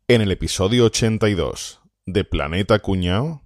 En el episodio 82 de Planeta Cuñao.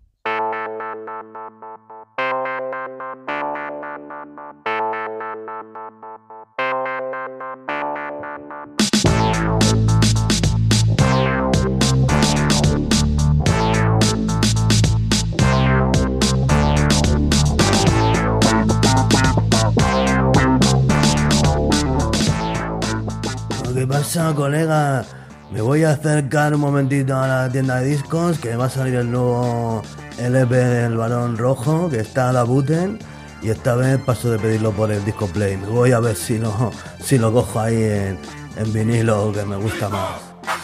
¿Qué pasa, colega? Me voy a acercar un momentito a la tienda de discos, que va a salir el nuevo LP del Barón Rojo, que está a la Buten, y esta vez paso de pedirlo por el Disco Play. Me voy a ver si lo cojo ahí en vinilo, que me gusta más.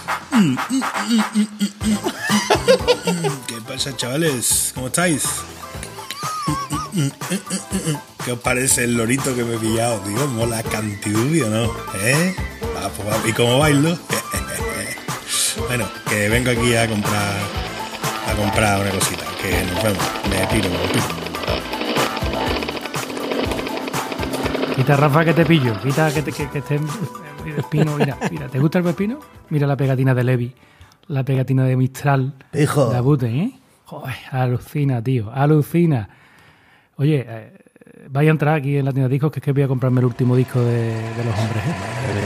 ¿Qué pasa, chavales? ¿Cómo estáis? ¿Qué os parece el lorito que me he pillado, tío? Mola cantidubio, ¿no? ¿Y cómo bailo? Bueno, que vengo aquí a comprar una cosita. Que nos vemos. Me piro. Quita, Rafa, que te pillo. Quita, que esté el pepino. Mira, ¿te gusta el pepino? Mira la pegatina de Levi, la pegatina de Mistral. Hijo. De Buten, ¿eh? Joder, alucina, tío, alucina. Oye, vaya a entrar aquí en la tienda de discos, que es que voy a comprarme el último disco de los hombres, ¿eh?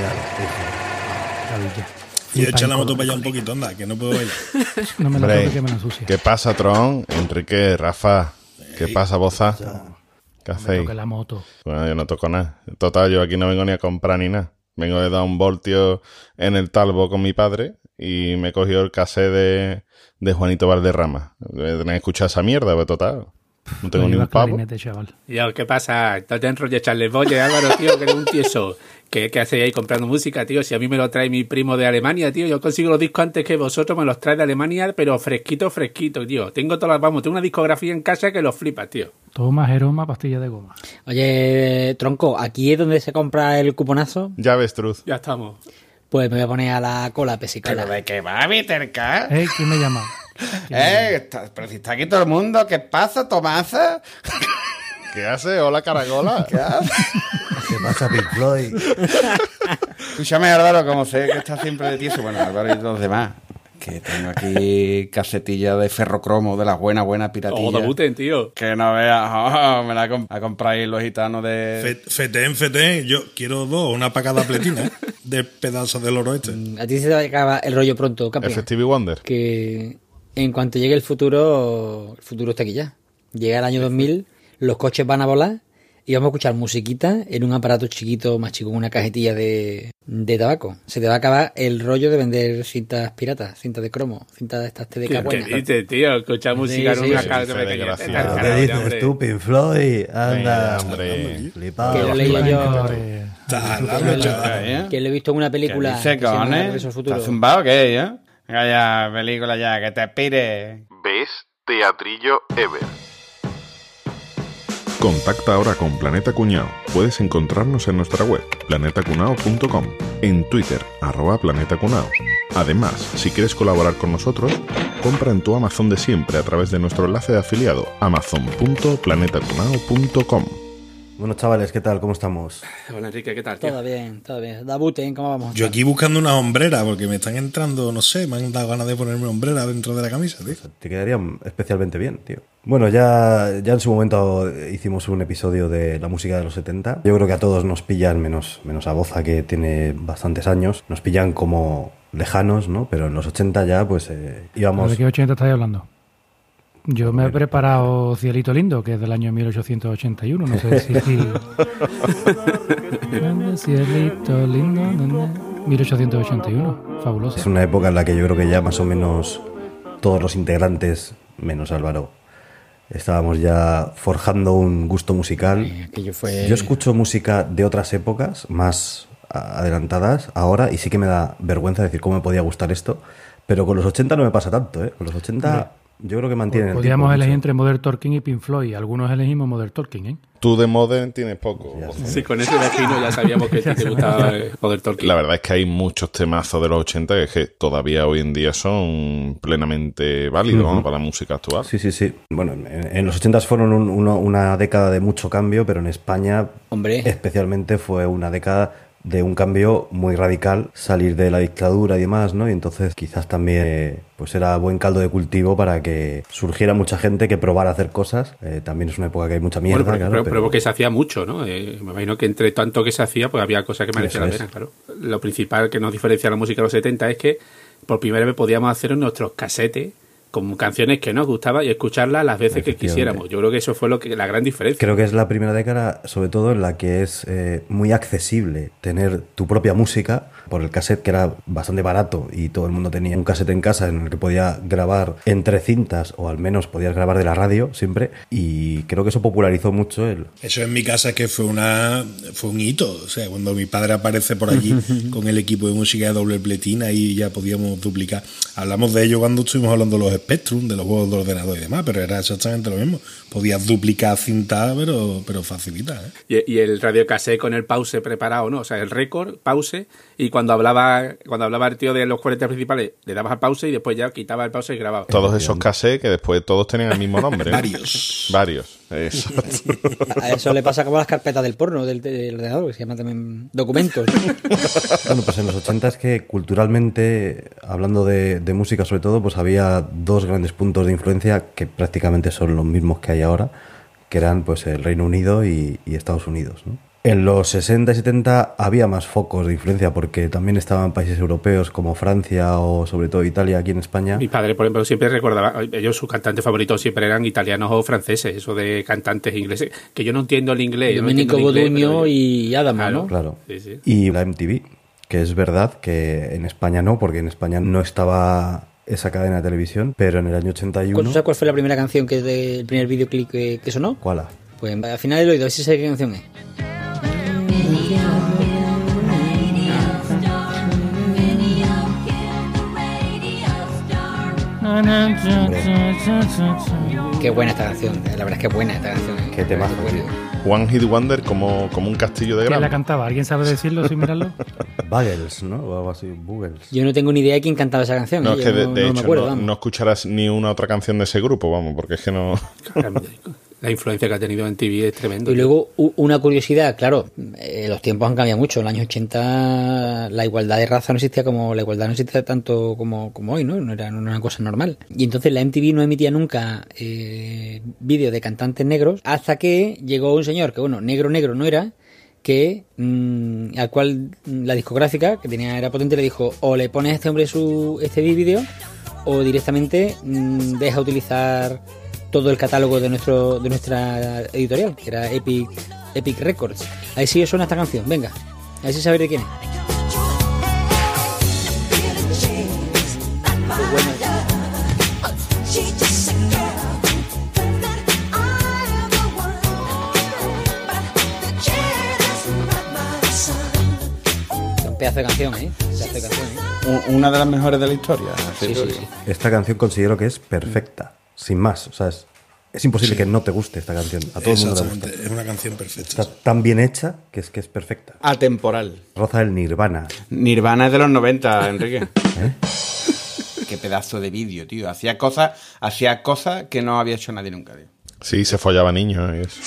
Maravilla. Y echa la moto para allá un poquito, anda, que no puedo bailar. No me la toque, que me la ensucia. ¿Qué pasa, Tron? Enrique, Rafa. ¿Qué pasa, Boza? ¿Qué Me hacéis? toque la moto. Bueno, yo no toco nada. Total, yo aquí no vengo ni a comprar ni nada. Vengo de dar un voltio en el Talbo con mi padre y me cogió el cassette de Juanito Valderrama. Tenéis que escuchar esa mierda, pues total. No tengo ni un pavo. Clarinete, chaval. Yo, ¿qué pasa? No te enrolles, Charles Bolle, Álvaro, tío, que eres un tieso. ¿Qué hacéis ahí comprando música, tío? Si a mí me lo trae mi primo de Alemania, tío. Yo consigo los discos antes que vosotros, me los trae de Alemania, pero fresquito, tío. Tengo tengo una discografía en casa que los flipas, tío. Toma, Jeroma, pastilla de goma. Oye, tronco, ¿aquí es donde se compra el cuponazo? Ya ves, Truz. Ya estamos. Pues me voy a poner a la cola pesicala. ¿Pero de qué va, Viterca? ¿Quién me llama? Pero si está aquí todo el mundo, ¿qué pasa, Tomasa? ¿Qué hace? Hola, caragola. ¿Qué hace? ¿Qué pasa, Pink Floyd? Escúchame, Álvaro, como sé que estás siempre de tieso. Bueno, Álvaro y los demás. Que tengo aquí casetilla de ferrocromo, de las buenas piratillas. Oh, de Buten, tío. Que no veas, me la a comprar ahí los gitanos de... Feten. Yo quiero dos, una para cada pletina, de pedazos del oro este. A ti se te acaba el rollo pronto, campeón. ¿Es Stevie Wonder? Que en cuanto llegue el futuro está aquí ya. Llega el año 2000, los coches van a volar y vamos a escuchar musiquita en un aparato chiquito, más chico, en una cajetilla de tabaco. Se te va a acabar el rollo de vender cintas piratas, cintas de cromo, cintas de estas TDK buenas. ¿Qué dices, tío? Escuchar música en una casa sí, pequeña. desgraciado. ¿Qué dices tú, Pink Floyd? Anda, hombre. flipado. Que lo leí yo. Chaval. Que lo he visto en una película. ¿Qué dice, que se llama cojones? Regreso al Futuro. ¿Estás zumbado o qué, ya? Venga ya, película ya, que te expire. ¿Ves? Teatrillo Ever. Contacta ahora con Planeta Cuñao. Puedes encontrarnos en nuestra web, planetacunao.com, en Twitter, @planetacunao. Además, si quieres colaborar con nosotros, compra en tu Amazon de siempre a través de nuestro enlace de afiliado, amazon.planetacunao.com. Bueno, chavales, ¿qué tal? ¿Cómo estamos? Hola, Enrique, ¿qué tal, tío? Todo bien. Da Buten, ¿cómo vamos? Yo aquí buscando una hombrera, porque me están entrando, no sé, me han dado ganas de ponerme hombrera dentro de la camisa, tío. Te quedarían especialmente bien, tío. Bueno, ya en su momento hicimos un episodio de la música de los 70. Yo creo que a todos nos pillan, menos a Boza, que tiene bastantes años, nos pillan como lejanos, ¿no? Pero en los 80 ya, pues íbamos... ¿De qué 80 estáis hablando? Yo me he preparado Cielito Lindo, que es del año 1881. No sé si... Cielito Lindo, 1881. Fabuloso. Es una época en la que yo creo que ya más o menos todos los integrantes, menos Álvaro, estábamos ya forjando un gusto musical. Aquello fue... Yo escucho música de otras épocas, más adelantadas, ahora, y sí que me da vergüenza decir cómo me podía gustar esto, pero con los 80 no me pasa tanto, ¿eh? Con los 80... Yo creo que mantienen el Podríamos tiempo, elegir mucho. entre Modern Talking y Pink Floyd. Algunos elegimos Modern Talking, ¿eh? Tú de Modern tienes poco. Sí, con ese destino ya sabíamos que te gustaba Poder Talking. La verdad es que hay muchos temazos de los 80 que, es que todavía hoy en día son plenamente válidos, ¿no? Para la música actual. Sí. Bueno, en los 80 fueron una década de mucho cambio, pero en España Hombre. especialmente fue una década de un cambio muy radical, salir de la dictadura y demás, ¿no? Y entonces quizás también pues era buen caldo de cultivo para que surgiera mucha gente que probara a hacer cosas. También es una época que hay mucha mierda, bueno, claro. Pero porque se hacía mucho, ¿no? Me imagino que entre tanto que se hacía, pues había cosas que merecían la pena, claro. Lo principal que nos diferencia la música de los 70 es que por primera vez podíamos hacer nuestros casetes con canciones que nos gustaban y escucharlas las veces que quisiéramos. Yo creo que eso fue la gran diferencia. Creo que es la primera década, sobre todo, en la que es muy accesible tener tu propia música por el cassette, que era bastante barato y todo el mundo tenía un cassette en casa en el que podía grabar entre cintas, o al menos podías grabar de la radio siempre, y creo que eso popularizó mucho Eso en mi casa es que fue un hito. O sea, cuando mi padre aparece por allí con el equipo de música de doble pletina y ya podíamos duplicar. Hablamos de ello cuando estuvimos hablando de los Spectrum, de los juegos de ordenador y demás, pero era exactamente lo mismo. Podías duplicar cinta, pero facilita, ¿eh? Y el radiocassette con el pause preparado, ¿no? O sea, el récord, pause, y cuando hablaba el tío de los 40 principales, le dabas al pause y después ya quitaba el pause y grababa. Todos esos cassettes que después todos tenían el mismo nombre, ¿eh? Varios. Exacto. A eso le pasa como a las carpetas del porno del ordenador, que se llaman también documentos. Bueno, pues en los 80 es que culturalmente, hablando de música sobre todo, pues había dos grandes puntos de influencia que prácticamente son los mismos que hay ahora, que eran pues el Reino Unido y Estados Unidos, ¿no? En los 60 y 70 había más focos de influencia porque también estaban países europeos como Francia o sobre todo Italia aquí en España. Mi padre, por ejemplo, siempre recordaba, ellos sus cantantes favoritos siempre eran italianos o franceses, eso de cantantes ingleses, que yo no entiendo el inglés. Domenico Modugno y Adamo, ¿no? Claro. Sí. Y la MTV, que es verdad que en España no, porque en España no estaba esa cadena de televisión, pero en el año 81... ¿Sabes cuál fue la primera canción el primer videoclip que sonó? ¿Cuál? Pues al final he oído, a ver si sé qué canción es. Qué buena esta canción, la verdad es que es buena esta canción. Qué temazo. One Hit Wonder como un castillo de ¿Quién grama. la cantaba? ¿Alguien sabe decirlo sin mirarlo? Buggles, ¿no? O algo así, Buggles. Yo no tengo ni idea de quién cantaba esa canción. No, es que de me hecho acuerdo, no escucharás ni una otra canción de ese grupo, vamos, porque es que no... La influencia que ha tenido en TV es tremendo. Y luego, una curiosidad, claro, los tiempos han cambiado mucho. En los años 80 la igualdad de raza no existía tanto como hoy, ¿no? No era una cosa normal. Y entonces la MTV no emitía nunca vídeos de cantantes negros hasta que llegó un señor que, bueno, negro no era, que al cual la discográfica, que era potente, le dijo: o le pones a este hombre este vídeo o directamente deja utilizar todo el catálogo de nuestra editorial, que era Epic Records. Ahí sí suena esta canción, venga, a ver si sabéis de quién es. Muy buena. Un pedazo de canción, ¿eh? Una de las mejores de la historia. Sí. Esta canción considero que es perfecta, sin más. O sea, es imposible que no te guste esta canción. A todo el mundo le gusta. Es una canción perfecta. Está tan bien hecha que es perfecta. Atemporal. Roza el Nirvana. Nirvana es de los 90, Enrique. Qué pedazo de vídeo, tío. Hacía cosas que no había hecho nadie nunca, tío. Sí, se follaba niños y eso.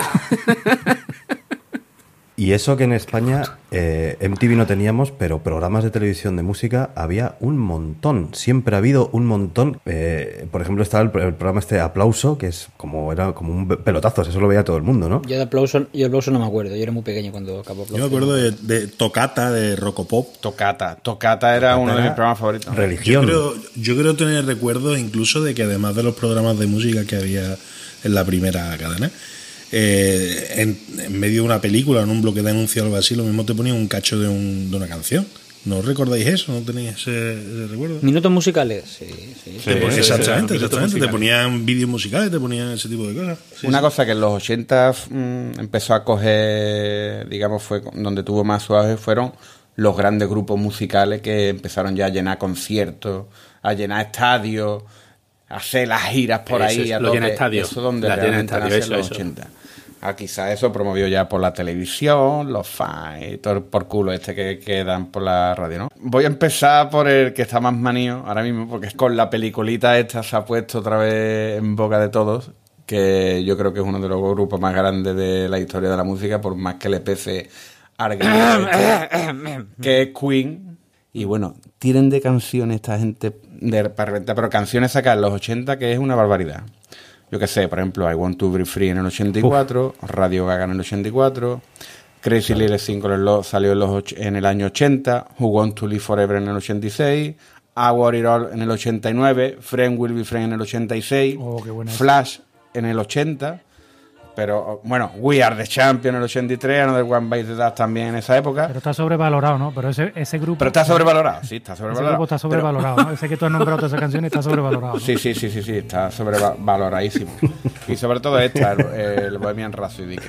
Y eso que en España MTV no teníamos, pero programas de televisión de música había un montón. Siempre ha habido un montón. Por ejemplo, estaba el programa Aplauso, que era como un pelotazo. Eso lo veía todo el mundo, ¿no? Yo de Aplauso no me acuerdo. Yo era muy pequeño cuando acabó Aplauso. Yo me acuerdo de Tocata, de Rocopop. Tocata era uno de mis programas favoritos. Religión. Yo creo tener recuerdos incluso de que además de los programas de música que había en la primera cadena, en medio de una película, en un bloque de anuncio o algo así, lo mismo te ponían un cacho de una canción. ¿No recordáis eso? ¿No tenéis ese recuerdo? Minutos musicales, sí. Exactamente. Te ponían vídeos musicales, te ponían ese tipo de cosas. Una cosa que en los 80 empezó a coger, digamos, fue donde tuvo más su auge, fueron los grandes grupos musicales que empezaron ya a llenar conciertos, a llenar estadios, a hacer las giras por ahí. Lo llena estadios. Eso donde realmente nació en los 80. Quizá eso promovió ya por la televisión, los fans y todo por culo que dan por la radio, ¿no? Voy a empezar por el que está más manío ahora mismo, porque con la peliculita esta se ha puesto otra vez en boca de todos, que yo creo que es uno de los grupos más grandes de la historia de la música, por más que le pese arguido que es Queen. Y bueno, tienen de canciones esta gente para reventar, pero canciones sacadas en los 80 que es una barbaridad. Yo qué sé, por ejemplo, I Want to Be Free en el 84, Radio Gaga en el 84, Crazy Little Thing salió en el año 80, Who Want to Live Forever en el 86, I Want It All en el 89, Friend Will Be Friend en el 86, Flash en el 80, pero bueno, We Are the Champion en el 83, Another One Bites the Dust también en esa época. Pero está sobrevalorado, ¿no? Pero ese grupo... Pero está sobrevalorado, sí, está sobrevalorado. Ese grupo está sobrevalorado, ¿no? Ese que tú has nombrado todas esas canciones está sobrevalorado, ¿no? Sí, está sobrevaloradísimo. Y sobre todo esta, el Bohemian Rhapsody.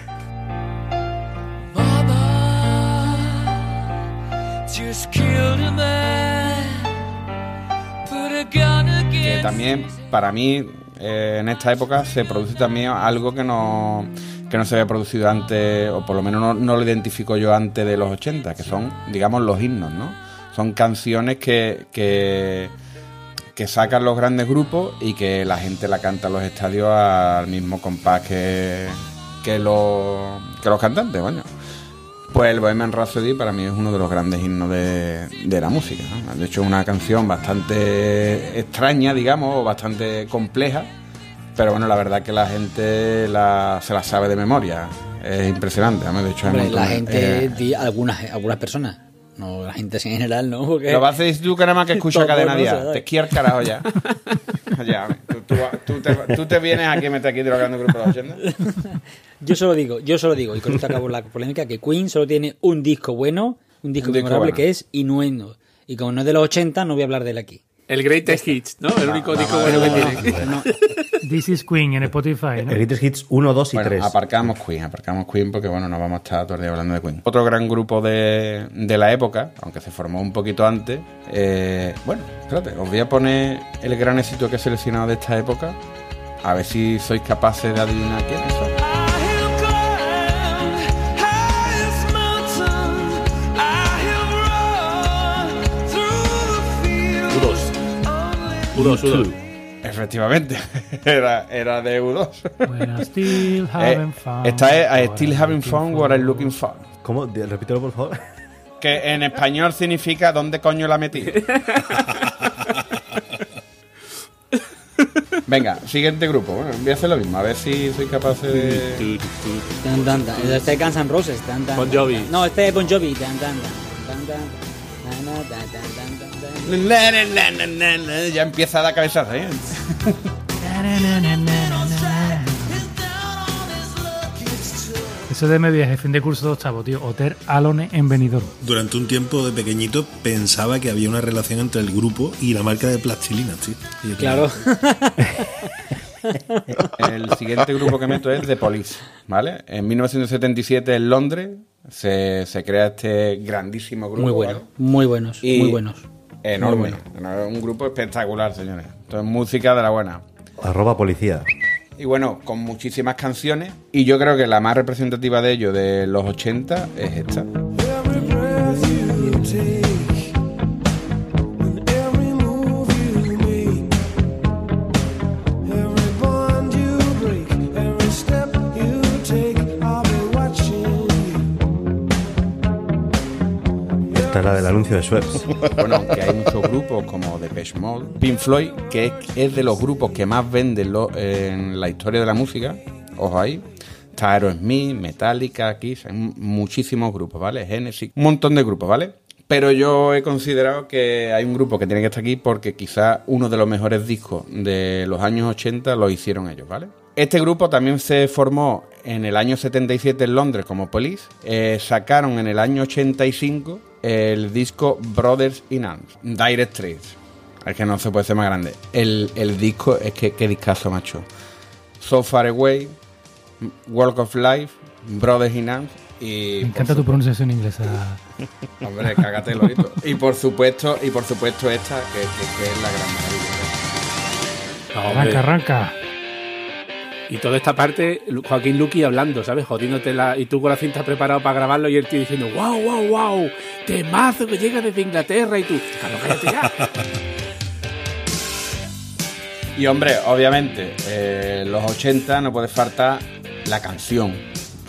Que también, para mí, en esta época se produce también algo que no se había producido antes, o por lo menos no lo identifico yo antes de los 80, que son, digamos, los himnos, ¿no? Son canciones que sacan los grandes grupos y que la gente la canta en los estadios al mismo compás que los cantantes, bueno. Pues el Bohemian Rhapsody para mí es uno de los grandes himnos de la música, ¿no? De hecho es una canción bastante extraña, digamos, o bastante compleja, pero bueno, la verdad que la gente se la sabe de memoria. Es impresionante, ¿no? De hecho, hombre, la gente, algunas personas, no la gente en general, ¿no? Porque lo vas a decir tú que nada más que escucha Cadena Dial. Te quiero el carajo ya. Ya, tú te vienes aquí y me estás aquí drogando el grupo de los 80. Yo solo digo, y con esto acabo la polémica, que Queen solo tiene un disco bueno, un disco memorable, que es Innuendo. Y como no es de los 80, no voy a hablar de él aquí. El Greatest Hits, ¿no? El único disco bueno que tiene. No. This is Queen en Spotify, ¿no? El Greatest Hits 1, 2 y 3. Aparcamos Queen porque, bueno, no vamos a estar todo el día hablando de Queen. Otro gran grupo de la época, aunque se formó un poquito antes. Bueno, espérate, os voy a poner el gran éxito que he seleccionado de esta época. A ver si sois capaces de adivinar quiénes son. U2. Efectivamente, era de U2. When I still having fun. Esta es I Still Having Fun What I'm Looking For. ¿Cómo? Repítelo, por favor. Que en español significa ¿dónde coño la metí? Venga, siguiente grupo. Bueno, voy a hacer lo mismo, a ver si soy capaz de... Este es Guns N' Roses. Bon Jovi. No, este es Bon Jovi. Ya empieza a dar cabezazo, ¿eh? Eso de mi viaje, fin de curso de octavo, tío. Hotel Alone en Benidorm. Durante un tiempo de pequeñito pensaba que había una relación entre el grupo y la marca de plastilina, tío. Claro. El siguiente grupo que meto es The Police, ¿vale? En 1977 en Londres se crea este grandísimo grupo. Muy bueno, ¿vale? muy buenos. Enorme. Muy bueno. Un grupo espectacular, señores. Entonces, música de la buena. @policía. Y bueno, con muchísimas canciones. Y yo creo que la más representativa de ellos de los 80 es esta. Esta es la del anuncio de Schweppes. Bueno, aunque hay muchos grupos como Depeche Mode, Pink Floyd, que es de los grupos que más venden en la historia de la música. Ojo ahí. Está Aerosmith, Metallica, Kiss, hay muchísimos grupos, ¿vale? Genesis, un montón de grupos, ¿vale? Pero yo he considerado que hay un grupo que tiene que estar aquí porque quizás uno de los mejores discos de los años 80 lo hicieron ellos, ¿vale? Este grupo también se formó en el año 77 en Londres como Police. Sacaron en el año 85 el disco Brothers in Arms, Dire Straits. Es que no se puede ser más grande. El disco, es que qué discazo, macho. So Far Away, Walk of Life, Brothers in Arms y... Me encanta tu pronunciación inglesa. Hombre, cágate, lorito. Y por supuesto esta, que es la gran maravilla. Arranca. Y toda esta parte, Joaquín Luqui hablando, ¿sabes? Jodiéndote y tú con la cinta preparado para grabarlo y el tío diciendo wow, temazo que llega desde Inglaterra y tú, cállate ya. Y hombre, obviamente, los 80 no puede faltar la canción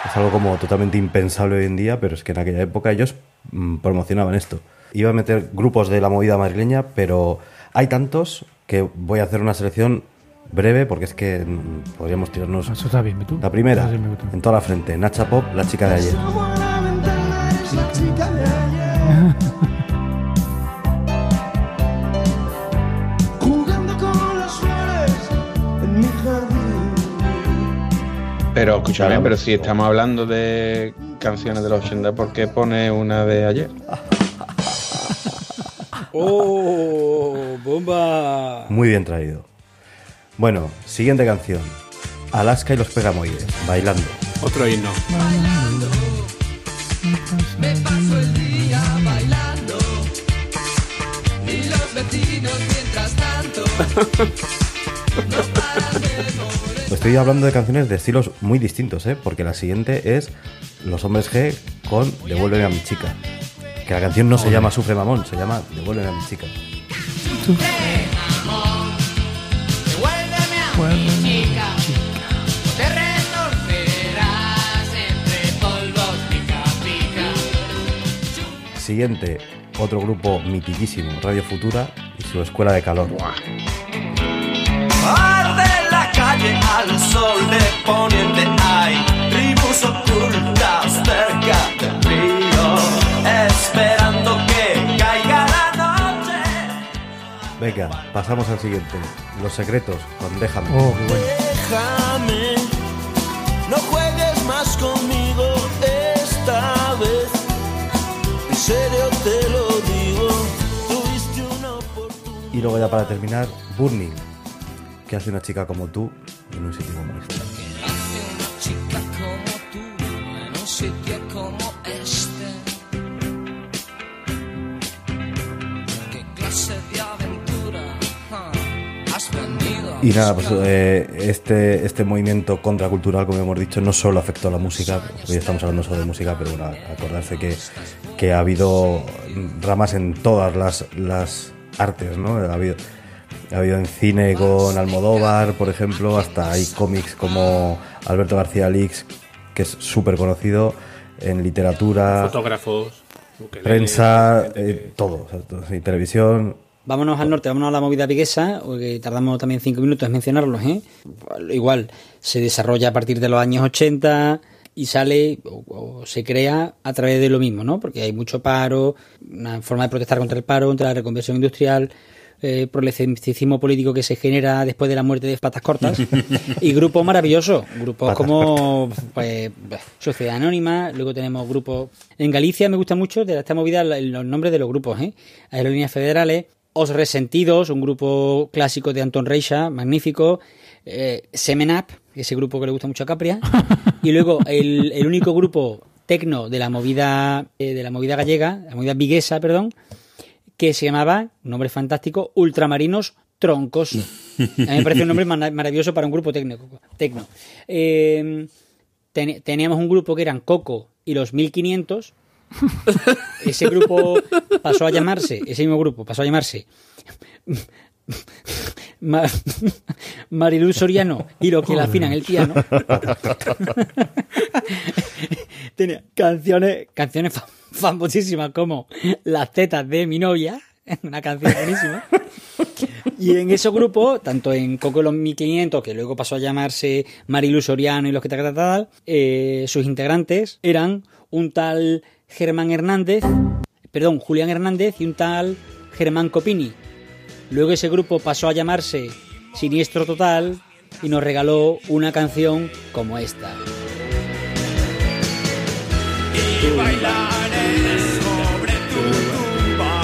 Es algo como totalmente impensable hoy en día, pero es que en aquella época ellos promocionaban esto. Iba a meter grupos de la movida madrileña, pero hay tantos que voy a hacer una selección breve porque es que podríamos tirarnos. Eso está bien, ¿tú? La primera, en toda la frente, Nacha Pop, La chica de ayer. Pero escúchame, pero si estamos hablando de canciones de los 80, ¿por qué pone una de ayer? ¡Oh! ¡Bomba! Muy bien traído. Bueno, siguiente canción. Alaska y los Pegamoides, Bailando. Otro himno. Me paso el día bailando y los vecinos mientras tanto no paran de molestar. Estoy hablando de canciones de estilos muy distintos, porque la siguiente es Los Hombres G con Devuélveme a mi chica. Que la canción no se llama Sufre Mamón, se llama Devuélveme a mi chica. Sufre mamón, devuélveme a mi chica. Te retorcerás entre polvos pica pica. Siguiente, otro grupo mitiquísimo, Radio Futura y su Escuela de Calor. Arde la calle al sol de poniente, hay tribus ocultas cerca del río, esperando que caiga la noche. Venga, pasamos al siguiente, Los Secretos con Déjame. Oh, qué bueno. Déjame, no juegues más conmigo esta vez, en serio te lo digo, tuviste una oportunidad. Y luego ya para terminar, Burning. ¿Qué hace una chica como tú en un sitio como este? ¿Qué hace una chica como tú en un sitio como este? ¿Qué clase de aventura has venido? Y nada, pues este movimiento contracultural, como hemos dicho, no solo afectó a la música. Hoy estamos hablando solo de música, pero bueno, acordarse que ha habido ramas en todas las artes, ¿no? Ha habido en cine con Almodóvar, por ejemplo, hasta hay cómics como Alberto García Lix, que es súper conocido, en literatura, Fotógrafos, prensa, todo, y televisión. Vámonos al norte, vámonos a la movida viguesa, porque tardamos también 5 minutos en mencionarlos, Igual, se desarrolla a partir de los años 80 y sale o se crea a través de lo mismo, ¿no? Porque hay mucho paro, una forma de protestar contra el paro, contra la reconversión industrial, por el escepticismo político que se genera después de la muerte de Patas Cortas, y grupos maravillosos, grupos como Sociedad Anónima. Luego tenemos grupos en Galicia, me gusta mucho de esta movida los nombres de los grupos, Aerolíneas Federales, Os Resentidos, un grupo clásico de Antón Reixa, magnífico, Semen Up, ese grupo que le gusta mucho a Capria, y luego el único grupo tecno de la movida gallega, la movida viguesa, perdón, que se llamaba, un nombre fantástico, Ultramarinos Troncos. A mí me parece un nombre maravilloso para un grupo tecno. Teníamos un grupo que eran Coco y los 1500. Ese mismo grupo pasó a llamarse Mariluz Soriano y los que le afinan el piano. Tenía canciones famosísimas como Las tetas de mi novia, una canción buenísima. Y en esos grupos, tanto en Coco y los 1500, que luego pasó a llamarse Mariluz Soriano y los que tal, sus integrantes eran un tal Julián Hernández y un tal Germán Copini. Luego ese grupo pasó a llamarse Siniestro Total y nos regaló una canción como esta. Y bailaré sobre tu tumba.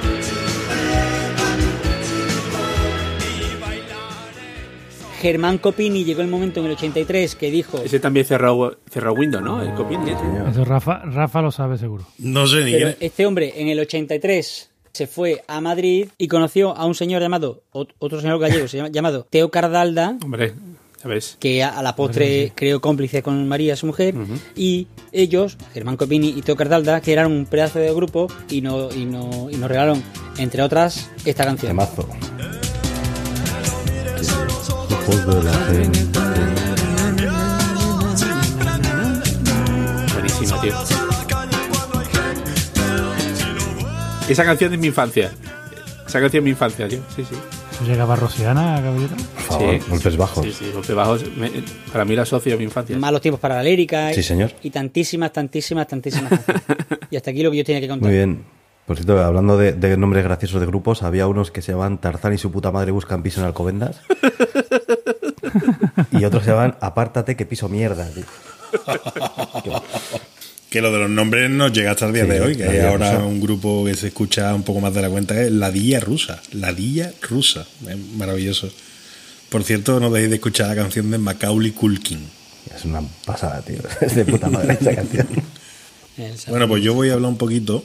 Germán Copini llegó el momento en el 83 que dijo... Ese también cerró Windows, ¿no? El Copini. Eso Rafa lo sabe seguro. No sé ni Pero qué. este hombre en el 83 se fue a Madrid y conoció a un señor llamado, otro señor gallego, llamado Teo Cardalda. Hombre, ¿sabes? Que a la postre creó cómplice con María, su mujer, y ellos, Germán Copini y Teo Cardalda, que eran un pedazo de grupo y nos regalaron, entre otras, esta canción. Temazo. Ojos de la gente. buenísima, tío. Esa canción es mi infancia. Esa canción es mi infancia, tío. Sí, sí. ¿Eso llegaba Rosiana, caballero? Por favor, Sí. golpes bajos. Sí, sí, golpes bajos. Para mí la asocio a mi infancia. Malos tiempos para la lírica. Sí, señor. Y tantísimas canciones. Y hasta aquí lo que yo tenía que contar. Muy bien. Por cierto, hablando de nombres graciosos de grupos, había unos que se llaman Tarzán y su puta madre buscan piso en Alcobendas. Y otros se llaman Apártate que piso mierda, tío. Que lo de los nombres nos llega hasta el día Sí, de hoy, que la hay Dilla ahora Rusa. un grupo que se escucha un poco más de la cuenta, es La Dilla Rusa. La Dilla Rusa. Es maravilloso. Por cierto, no dejéis de escuchar la canción de Macaulay Culkin. Es una pasada, tío. Es de puta madre esa canción. Bueno, pues yo voy a hablar un poquito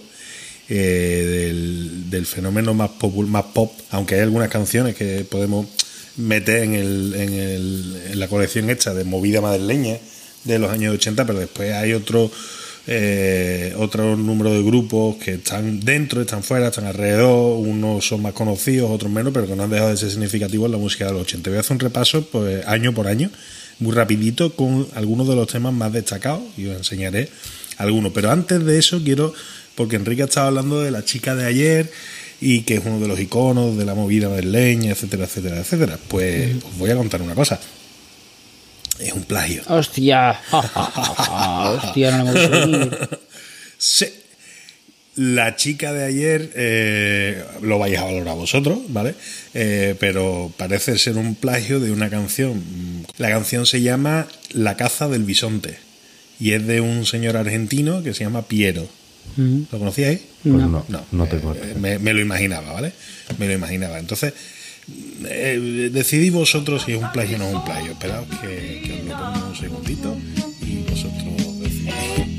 del fenómeno más pop, aunque hay algunas canciones que podemos meter en la colección esta de movida madrileña de los años 80, pero después hay otro número de grupos que están dentro, están fuera, están alrededor, unos son más conocidos, otros menos, pero que no han dejado de ser significativos en la música de los 80. Voy a hacer un repaso pues año por año, muy rapidito, con algunos de los temas más destacados y os enseñaré algunos. Pero antes de eso quiero, porque Enrique ha estado hablando de La Chica de Ayer y que es uno de los iconos de la movida madrileña, etcétera, etcétera, etcétera. Pues os voy a contar una cosa. Es un plagio. Hostia. Hostia, no me gusta venir. Sí. La Chica de Ayer lo vais a valorar vosotros, ¿vale? Pero parece ser un plagio de una canción. La canción se llama La caza del bisonte y es de un señor argentino que se llama Piero. ¿Lo conocíais? Pues no tengo. Me lo imaginaba, ¿vale? Me lo imaginaba. Entonces, decidid vosotros si es un plagio o no es un plagio. Esperad que os lo pongo un segundito y vosotros decidís.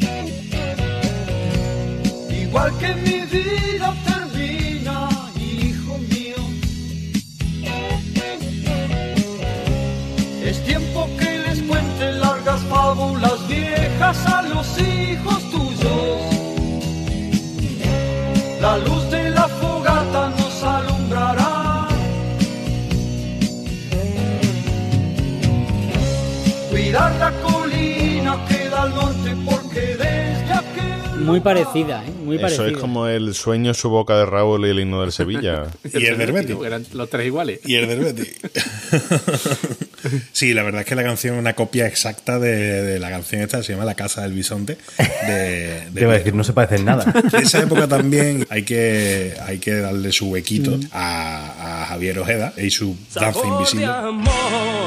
Igual que mi vida termina, hijo mío, es tiempo que les cuente largas fábulas viejas a los hijos tuyos. La luz de la fogata nos alumbrará. Cuidar la colina que da al norte porque desde aquel... Muy parecida, ¿eh? Muy Eso parecida. es como el sueño, su boca de Raúl y el himno del Sevilla. Y el del Betis. Eran los tres iguales. Y el del Betis. Sí, la verdad es que la canción es una copia exacta de la canción esta, se llama La Casa del Bisonte. Te iba a decir, no se parece en nada. De esa época también hay que darle su huequito a Javier Ojeda y su Danza Invisible. Amor,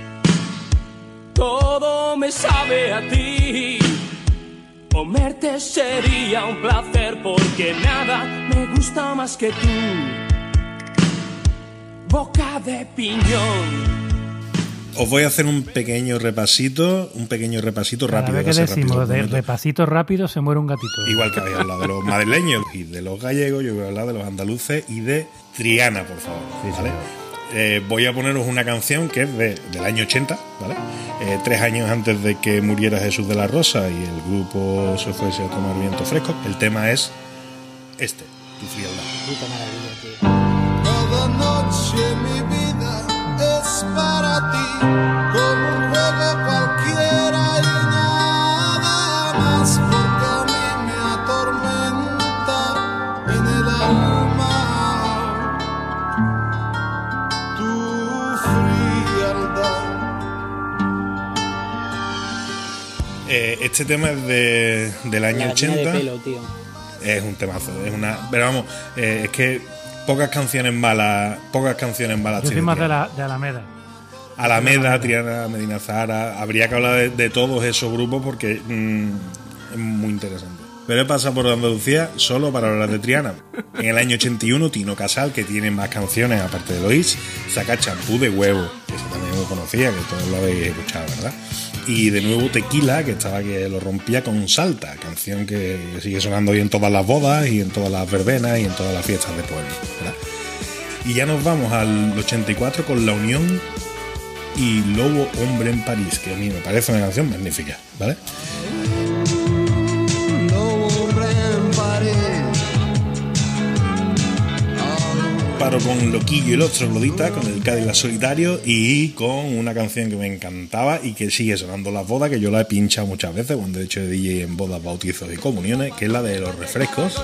todo me sabe a ti. Comerte sería un placer porque nada me gusta más que tú. Boca de piñón. Os voy a hacer un pequeño repasito rápido. Cada vez va a que ser decimos rápido, de un minuto. repasito rápido se muere un gatito. Igual que habéis hablado de los madrileños y de los gallegos, yo voy a hablar de los andaluces y de Triana, por favor. ¿vale? Voy a poneros una canción que es del año 80, ¿vale? 3 años antes de que muriera Jesús de la Rosa y el grupo se fuese a tomar viento fresco. El tema es este, Tu frialdad. Puta maravilla, tío. Cada noche mi vida es para ti, como un juego cualquiera y nada más, porque a mí me atormenta en el alma tu frialdad. Este tema es del año La gallina 80. de pelo, tío. Es un temazo, pero vamos, es que pocas canciones malas Yo soy más de Alameda. Alameda, Triana, Medina Zahara. Habría que hablar de todos esos grupos porque es muy interesante. Pero he pasado por Andalucía solo para hablar de Triana. En el año 81, Tino Casal, que tiene más canciones aparte de Lois, saca Champú de Huevo, que eso también lo conocía, que todos lo habéis escuchado, ¿verdad? Y de nuevo Tequila, que lo rompía con Salta, canción que sigue sonando hoy en todas las bodas y en todas las verbenas y en todas las fiestas de pueblo, ¿verdad? Y ya nos vamos al 84 con La Unión y Lobo Hombre en París, que a mí me parece una canción magnífica, ¿vale? paro con Loquillo y los Trogloditas, con el Cadillac Solitario y con una canción que me encantaba y que sigue sonando en las bodas, que yo la he pinchado muchas veces cuando he hecho de DJ en bodas, bautizos y comuniones, que es la de Los Refrescos.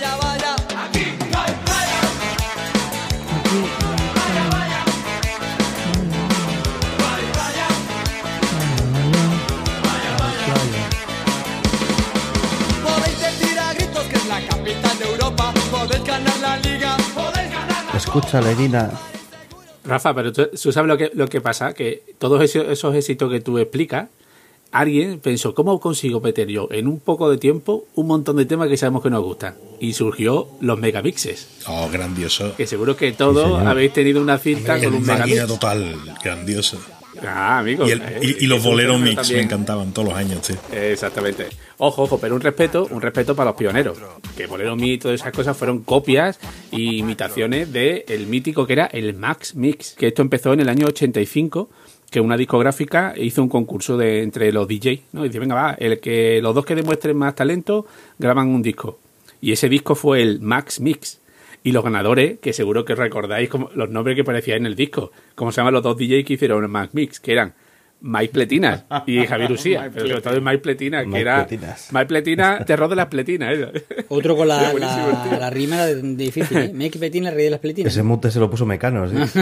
Escucha, Lerina. Rafa, pero tú sabes lo que pasa, que todos esos éxitos que tú explicas, alguien pensó, ¿cómo consigo meter yo en un poco de tiempo un montón de temas que sabemos que nos gustan? Y surgió los megamixes. Oh, grandioso. Que seguro que todos habéis tenido una cinta con un megamix. Total, grandioso. Ah, amigo. Y los boleros mix también me encantaban todos los años, sí. Exactamente. Ojo, pero un respeto para los pioneros. Que bolero mix y todas esas cosas fueron copias y imitaciones del mítico que era el Max Mix. Que esto empezó en el año 85, que una discográfica hizo un concurso entre los DJs, ¿no? Y dice, venga, va, los dos que demuestren más talento graban un disco. Y ese disco fue el Max Mix. Y los ganadores, que seguro que recordáis como los nombres que aparecían en el disco, como se llaman los dos DJs que hicieron el Max Mix, que eran Mike Pletinas y Javier Usía, pero sobre todo Mike Pletinas, que era Mike Pletinas, terror de las pletinas. Otro con la rima difícil, ¿eh? Mike Pletinas, rey de las pletinas. Ese mute se lo puso Mecano, ¿sí?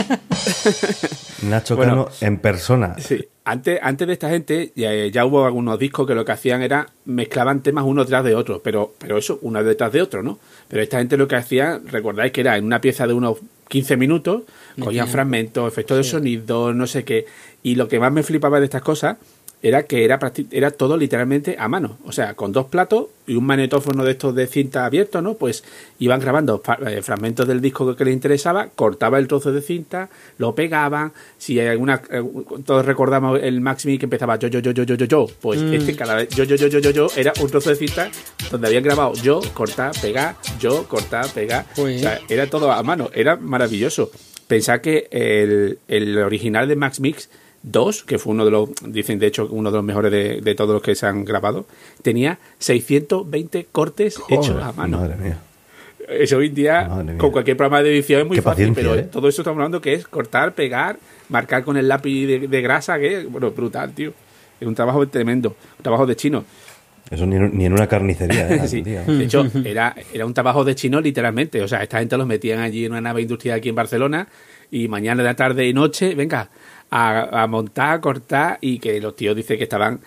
Nacho Cano en persona. Sí. Antes de esta gente ya hubo algunos discos que lo que hacían era mezclaban temas uno tras de otro, pero eso, uno detrás de otro, ¿no? Pero esta gente lo que hacía, recordáis que era en una pieza de unos 15 minutos, cogían fragmentos, efectos de sonido, no sé qué, y lo que más me flipaba de estas cosas era que era todo literalmente a mano, o sea, con dos platos y un magnetófono de estos de cinta abierto, ¿no? Pues iban grabando fragmentos del disco que les interesaba, cortaba el trozo de cinta, lo pegaban, si hay alguna, todos recordamos el Max Mix que empezaba yo, pues cada vez yo era un trozo de cinta donde habían grabado yo, cortar, pegar, yo, cortar, pegar, o sea, era todo a mano, era maravilloso. Pensad que el original de Max Mix 2, que fue uno de los, dicen de hecho uno de los mejores de todos los que se han grabado, tenía 620 cortes hechos a mano. Madre mía. Eso hoy en día con cualquier programa de edición es muy fácil, pero todo eso estamos hablando que es cortar, pegar, marcar con el lápiz de grasa, que es brutal, tío. Es un trabajo tremendo, un trabajo de chino. Eso ni en una carnicería. Sí. De hecho, era un trabajo de chino literalmente. O sea, esta gente los metían allí en una nave industrial aquí en Barcelona y mañana, de la tarde y noche, venga, a montar, a cortar, y que los tíos dicen que estaban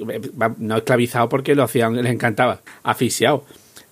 no esclavizados porque lo hacían, les encantaba, asfixiados.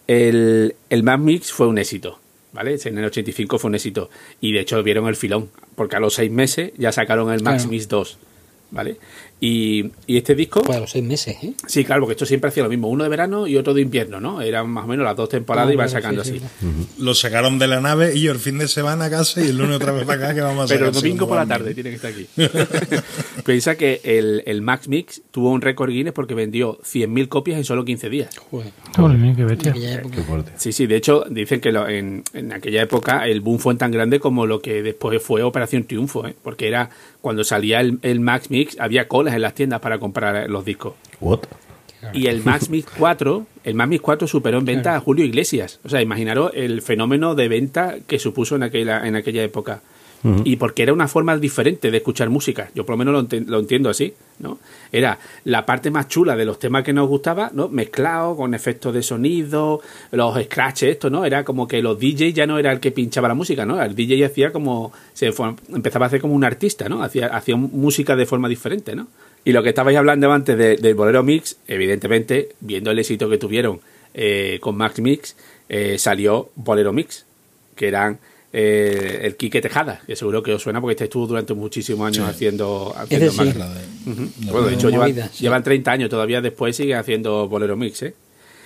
El Max Mix fue un éxito, ¿vale? En el 85 fue un éxito y de hecho vieron el filón, porque a los 6 meses ya sacaron el Max Mix 2, ¿vale? Y este disco... Pues a los 6 meses, ¿eh? Sí, claro, porque esto siempre hacía lo mismo, uno de verano y otro de invierno, ¿no? Eran más o menos las 2 temporadas y iban sacando así. Lo sacaron de la nave y yo el fin de semana a casa y el lunes otra vez para acá, que vamos a sacar. Pero el domingo por la tarde tiene que estar aquí. Piensa que el Max Mix tuvo un récord Guinness porque vendió 100.000 copias en solo 15 días. Joder, qué bestia. Qué fuerte. Sí, de hecho dicen que en aquella época el boom fue tan grande como lo que después fue Operación Triunfo, ¿eh? Porque era cuando salía el Max Mix había colas en las tiendas para comprar los discos. What? Y el Max Mix 4 superó en venta a Julio Iglesias. O sea, imaginaros el fenómeno de venta que supuso en aquella época. Y porque era una forma diferente de escuchar música. Yo por lo menos lo entiendo así, ¿no? Era la parte más chula de los temas que nos gustaba, ¿no? Mezclado con efectos de sonido, los scratches, esto, ¿no? Era como que los DJs ya no era el que pinchaba la música, ¿no? El DJ hacía como... empezaba a hacer como un artista, ¿no? Hacía música de forma diferente, ¿no? Y lo que estabais hablando antes del Bolero Mix, evidentemente, viendo el éxito que tuvieron con Max Mix, salió Bolero Mix, que eran... el Quique Tejada, que seguro que os suena porque estuvo durante muchísimos años haciendo Max. Bueno, de hecho llevan 30 años, todavía después sigue haciendo Bolero Mix, ¿eh?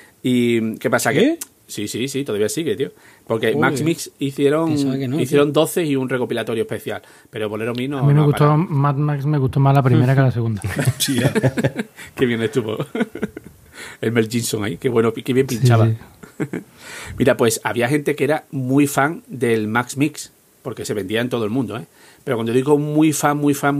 ¿Y qué pasa? ¿Qué? Sí, todavía sigue, tío. Porque Max Mix hicieron 12 y un recopilatorio especial, pero Bolero Mix no. A mí me gustó, Mad Max me gustó más la primera que la segunda. Sí, qué bien estuvo. El Mel Gibson ahí, qué bueno, qué bien pinchaba. Sí. Mira, pues había gente que era muy fan del Max Mix, porque se vendía en todo el mundo, ¿eh? Pero cuando digo muy fan,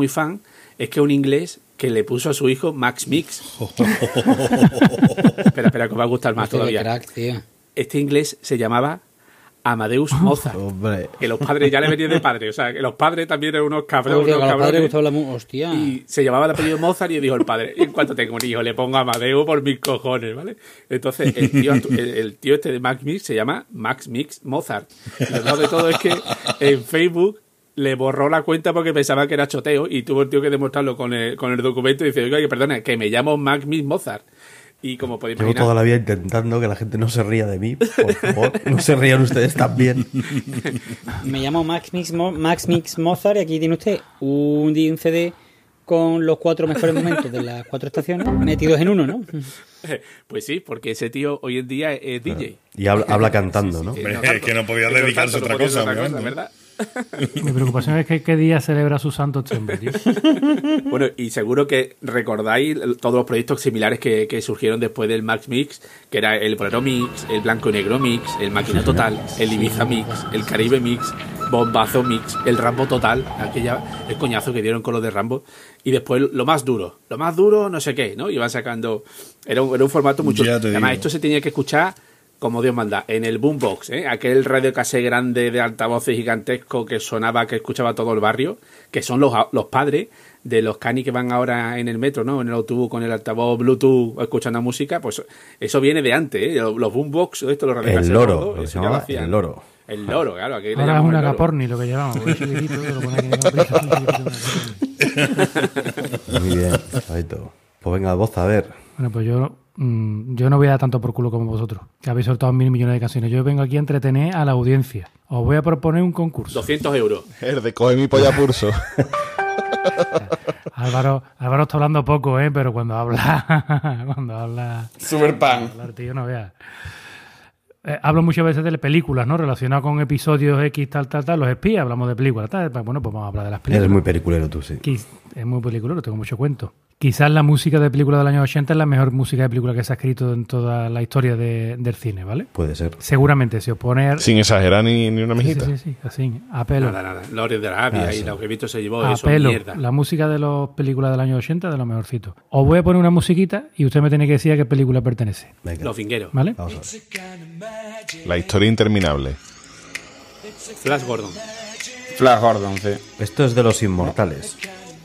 es que un inglés que le puso a su hijo Max Mix. Espera, que os va a gustar más todavía. Crack, tío. Este inglés se llamaba Amadeus Mozart. Hombre. Que los padres ya le venían de padre. O sea, que los padres también eran unos cabrones. Hostia, que a los padres cabrones. gustaba la música. Hostia. Y se llamaba el apellido Mozart y dijo el padre, en cuanto tenga un hijo le pongo Amadeus por mis cojones, ¿vale? Entonces el tío este de Max Mix se llama Max Mix Mozart. Y lo mejor de todo es que en Facebook le borró la cuenta porque pensaba que era choteo y tuvo el tío que demostrarlo con el documento y dice, oiga, que perdona, que me llamo Max Mix Mozart. Y como podéis Llevo imaginar... toda la vida intentando que la gente no se ría de mí. Por favor, no se rían ustedes también. Me llamo Max Mix Mozart y aquí tiene usted un CD con los 4 mejores momentos de las 4 estaciones metidos en uno, ¿no? Pues sí, porque ese tío hoy en día es DJ. Y habla cantando, ¿no? Hombre, es que no podía dedicarse a otra cosa, obviamente. ¿verdad? Mi preocupación es que qué día celebra su santo este hombre, tío. Bueno, y seguro que recordáis todos los proyectos similares que surgieron después del Max Mix, que era el Bolero Mix, el Blanco y Negro Mix, el Máquina Total, el Ibiza Mix, el Caribe Mix, Bombazo Mix, el Rambo Total, el coñazo que dieron con los de Rambo, y después lo más duro, no sé qué, ¿no? Iban sacando... Era un formato mucho... Además, esto se tenía que escuchar como Dios manda, en el boombox, aquel radio cassette grande de altavoces gigantesco que sonaba, que escuchaba todo el barrio, que son los padres de los canis que van ahora en el metro, ¿no? En el autobús con el altavoz Bluetooth escuchando música, pues eso viene de antes, los boombox, los radiocassettes. El loro, lo se llamaba el loro. El loro, claro. Aquí ahora es una agaporni lo que llevamos. Muy bien, Chavito. Pues venga, voz, a ver. Bueno, pues yo no voy a dar tanto por culo como vosotros, que habéis soltado 1.000 millones de canciones. Yo vengo aquí a entretener a la audiencia. Os voy a proponer un concurso. 200 euros. El de coge mi polla pulso. Álvaro está hablando poco, pero cuando habla... Super pan. Hablar, tío, no veas. Hablo muchas veces de películas, ¿no? Relacionadas con episodios X, tal, los espías, hablamos de películas, tal. Bueno, pues vamos a hablar de las películas. Eres muy peliculero tú, sí. Es muy peliculero, tengo mucho cuento. Quizás la música de película del año 80 es la mejor música de película que se ha escrito en toda la historia del cine, ¿vale? Puede ser. Seguramente, si os pone... Sin exagerar ni una mejita. Sí, así, a pelo. Nada. Lores de Arabia y lo que he visto se llevó a eso, pelo. mierda. La música de las películas del año 80 es de lo mejorcito. Os voy a poner una musiquita y usted me tiene que decir a qué película pertenece. Venga. Los Fingueros. ¿Vale? Vamos a ver. La historia interminable. Flash Gordon. Flash Gordon, sí. Esto es de Los Inmortales.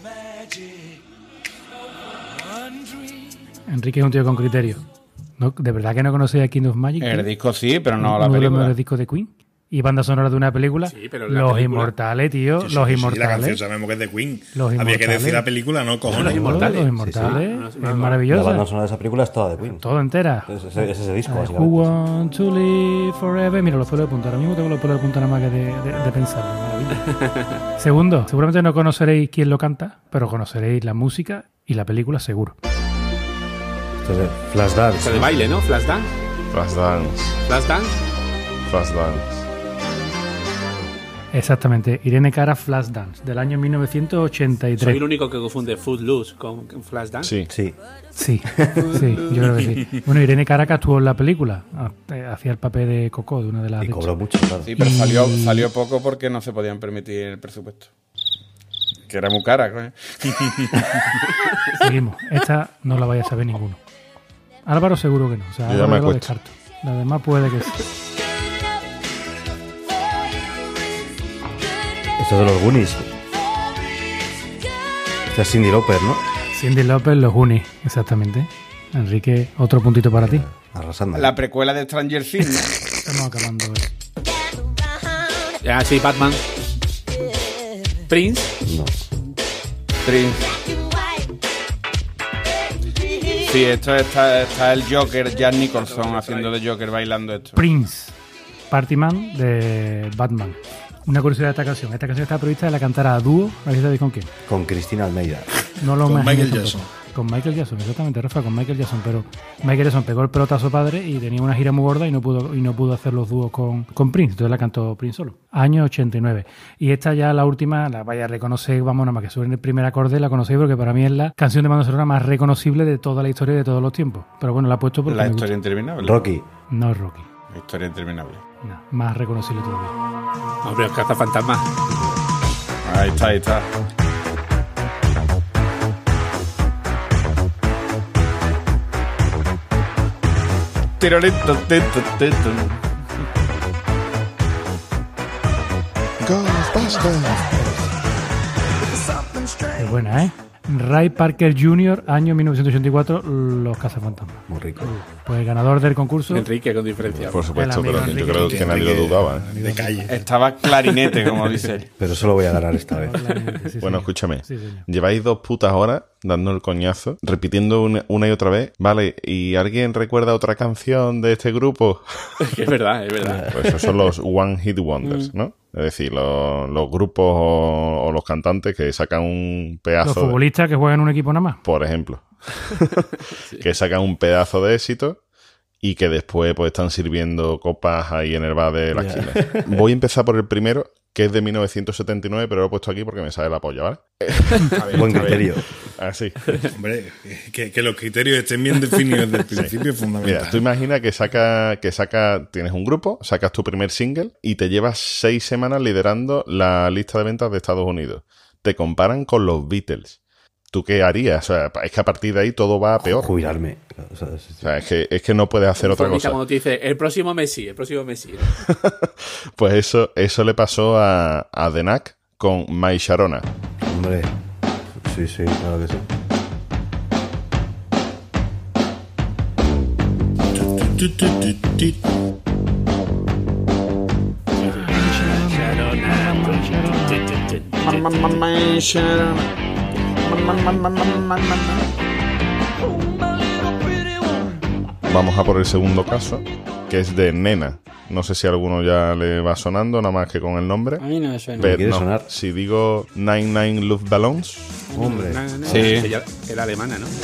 Enrique es un tío con criterio. ¿No? ¿De verdad que no conocéis a King of Magic? El disco sí, pero no la uno de los película. mejores discos de Queen. Y banda sonora de una película. Sí, pero Los película... Inmortales, tío. Sí, Los sí, Inmortales. la canción sabemos que es de Queen. Los Había que Inmortales. decir la película, no cojones. Los Inmortales. Los Inmortales. Sí. Es maravillosa. La banda sonora de esa película es toda de Queen. Todo entera. Es ese disco, Who básicamente. want to live forever. Mira, los pelos de punta. Ahora mismo tengo los pelos de punta nada más que de pensar. Maravilla. Segundo, seguramente no conoceréis quién lo canta, pero conoceréis la música y la película seguro. Esto es de Flashdance. Eso de baile, ¿no? Flash Dance. Exactamente. Irene Cara, Flashdance, del año 1983. Soy el único que confunde Footloose con Flash Dance. Sí. Sí, yo creo que sí. Bueno, Irene Cara que actuó en la película. Hacía el papel de Coco, de una de las... Y cobró mucho, claro. Sí, pero salió poco porque no se podían permitir el presupuesto. Que era muy cara, coño. Seguimos. Esta no la vaya a saber ninguno. Álvaro seguro que no. O sea, Yo ya me Álvaro lo acuesto. descarto. La demás puede que sí. Esto es de los Goonies. Esta es Cyndi Lauper, ¿no? Cyndi Lauper, Los Goonies, exactamente. Enrique, otro puntito para ti. Arrasando. La precuela de Stranger Things, ¿no? Estamos acabando. Ya, sí, Batman. Prince. No. Sí, esto está el Joker, Jack Nicholson haciendo de Joker bailando esto. Prince, Partyman de Batman. Una curiosidad de esta canción. Esta canción está prevista de la cantara a dúo. ¿A ver si sabéis con quién? Con Cristina Almeida. No lo Con imaginéis Michael tampoco. Jackson. Con Michael Jackson, exactamente, Rafa, con Michael Jackson. Pero Michael Jackson pegó el pelotazo padre y tenía una gira muy gorda y no pudo hacer los dúos con Prince. Entonces la cantó Prince solo. Año 89. Y esta ya la última, la vaya a reconocer, vamos, nada más que suene el primer acorde, la conocéis porque para mí es la canción de banda sonora más reconocible de toda la historia y de todos los tiempos. Pero bueno, la he puesto porque La me historia gusta. interminable. Rocky. No es Rocky. La historia interminable. No, más reconocible todavía. Hombre, Cazafantasmas. Ahí está. Qué buena, ¿eh? Ray Parker Jr., año 1984, Los Cazafantasmas. Muy rico. Pues el ganador del concurso. Enrique, con diferencia. Por supuesto, El amigo pero yo Enrique. creo que nadie lo dudaba. De calle. Estaba clarinete, como dice él. Pero solo voy a ganar esta vez. Sí, Bueno, señor. escúchame. Sí, señor. Lleváis 2 putas horas dando el coñazo, repitiendo una y otra vez. Vale, ¿y alguien recuerda otra canción de este grupo? Es verdad, es verdad. Pues esos son los One Hit Wonders, ¿no? Es decir, los grupos o los cantantes que sacan un Los pedazo, futbolistas que juegan en un equipo nada más. por ejemplo, que sacan un pedazo de éxito y que después pues están sirviendo copas ahí en el bar de la esquina. Voy a empezar por el primero, que es de 1979, pero lo he puesto aquí porque me sale la polla, ¿vale? Buen criterio. Así. Hombre, que los criterios estén bien definidos desde el principio es fundamental. Mira, tú imagina tienes un grupo, sacas tu primer single y te llevas 6 semanas liderando la lista de ventas de Estados Unidos. Te comparan con los Beatles. ¿Tú qué harías? O sea, es que a partir de ahí todo va a peor. Jubilarme. O sea, es que no puedes hacer otra cosa. Cuando te dice, el próximo Messi. Pues eso le pasó a The Knack con My Sharona. Hombre. Sí, claro que sí. Vamos a por el segundo caso, que es de Nena. No sé si a alguno ya le va sonando, nada más que con el nombre. A mí no me suena. Pero quiere no, sonar? si digo 99 Love Ballons, Hombre. Sí. Ella era alemana, ¿no?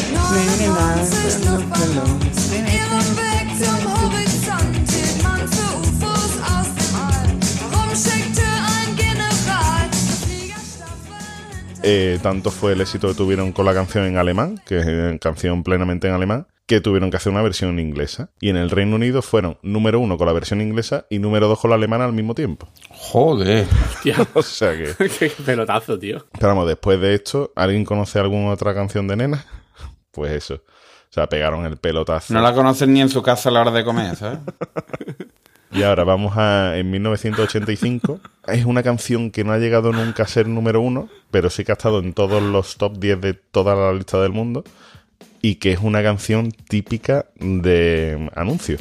tanto fue el éxito que tuvieron con la canción en alemán, que es canción plenamente en alemán, que tuvieron que hacer una versión inglesa. Y en el Reino Unido fueron número 1 con la versión inglesa y número 2 con la alemana al mismo tiempo. Joder. Hostia, O sea que... qué pelotazo, tío. Pero vamos, después de esto, ¿alguien conoce alguna otra canción de Nena? Pues eso. O sea, pegaron el pelotazo. No la conocen ni en su casa a la hora de comer, ¿sabes? Y ahora vamos en 1985. Es una canción que no ha llegado nunca a ser número 1, pero sí que ha estado en todos los top 10 de toda la lista del mundo. Y que es una canción típica de anuncio.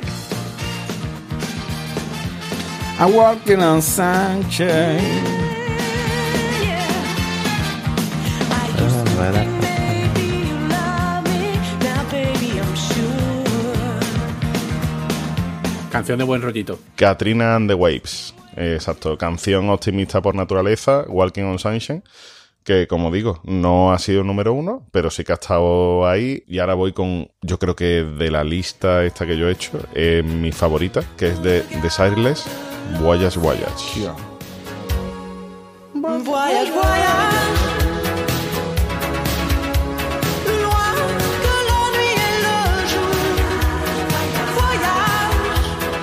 I'm walking on sunshine. Canción de buen rollito. Katrina and the Waves. Exacto. Canción optimista por naturaleza, Walking on Sunshine. Que, como digo, no ha sido número 1, pero sí que ha estado ahí. Y ahora voy con, yo creo que de la lista esta que yo he hecho, mi favorita, que es de Desireless, Voyage Voyage. Voyage, voyage. Loin que la nuit et le jour. Voyage.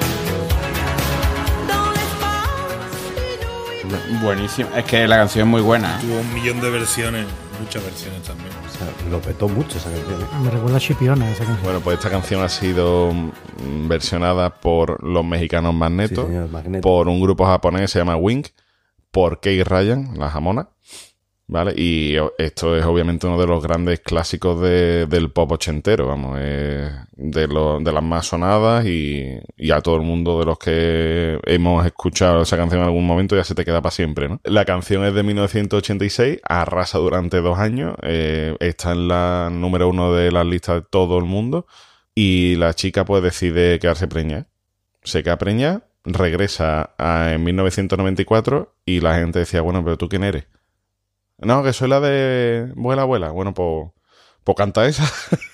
Dans l'espace inouï. Buenísimo. Es que la canción es muy buena. Tuvo 1 millón de versiones, muchas versiones también. O sea, lo petó mucho esa canción. Me recuerda a Chipiona esa canción. Bueno, pues esta canción ha sido versionada por los mexicanos Magneto, Sí, señor, Magneto. por un grupo japonés que se llama Wing, por Kei Ryan, la jamona, ¿vale? Y esto es obviamente uno de los grandes clásicos del pop ochentero, vamos, de las más sonadas y a todo el mundo de los que hemos escuchado esa canción en algún momento ya se te queda para siempre, ¿no? La canción es de 1986, arrasa durante 2 años, está en la número 1 de las listas de todo el mundo y la chica pues decide quedarse preñada. Se queda preñada, regresa en 1994 y la gente decía, bueno, pero ¿tú quién eres? No, que soy la de Vuela, Abuela. Bueno, pues canta esa.